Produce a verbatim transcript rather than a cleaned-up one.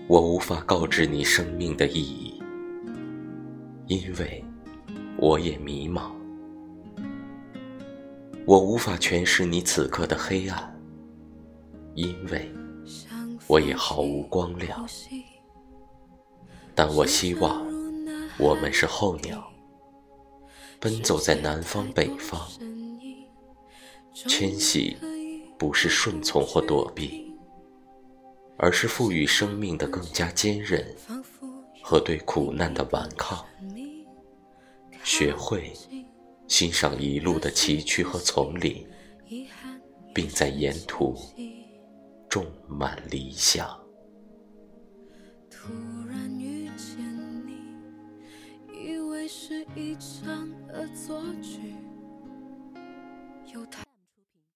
我无法告知你生命的意义，因为我也迷茫。我无法诠释你此刻的黑暗，因为我也毫无光亮。但我希望我们是候鸟，奔走在南方北方，迁徙不是顺从或躲避，而是赋予生命的更加坚韧和对苦难的顽抗，学会欣赏一路的崎岖和丛林，并在沿途种满理想。 突然遇见你，以为是一场恶作剧，有太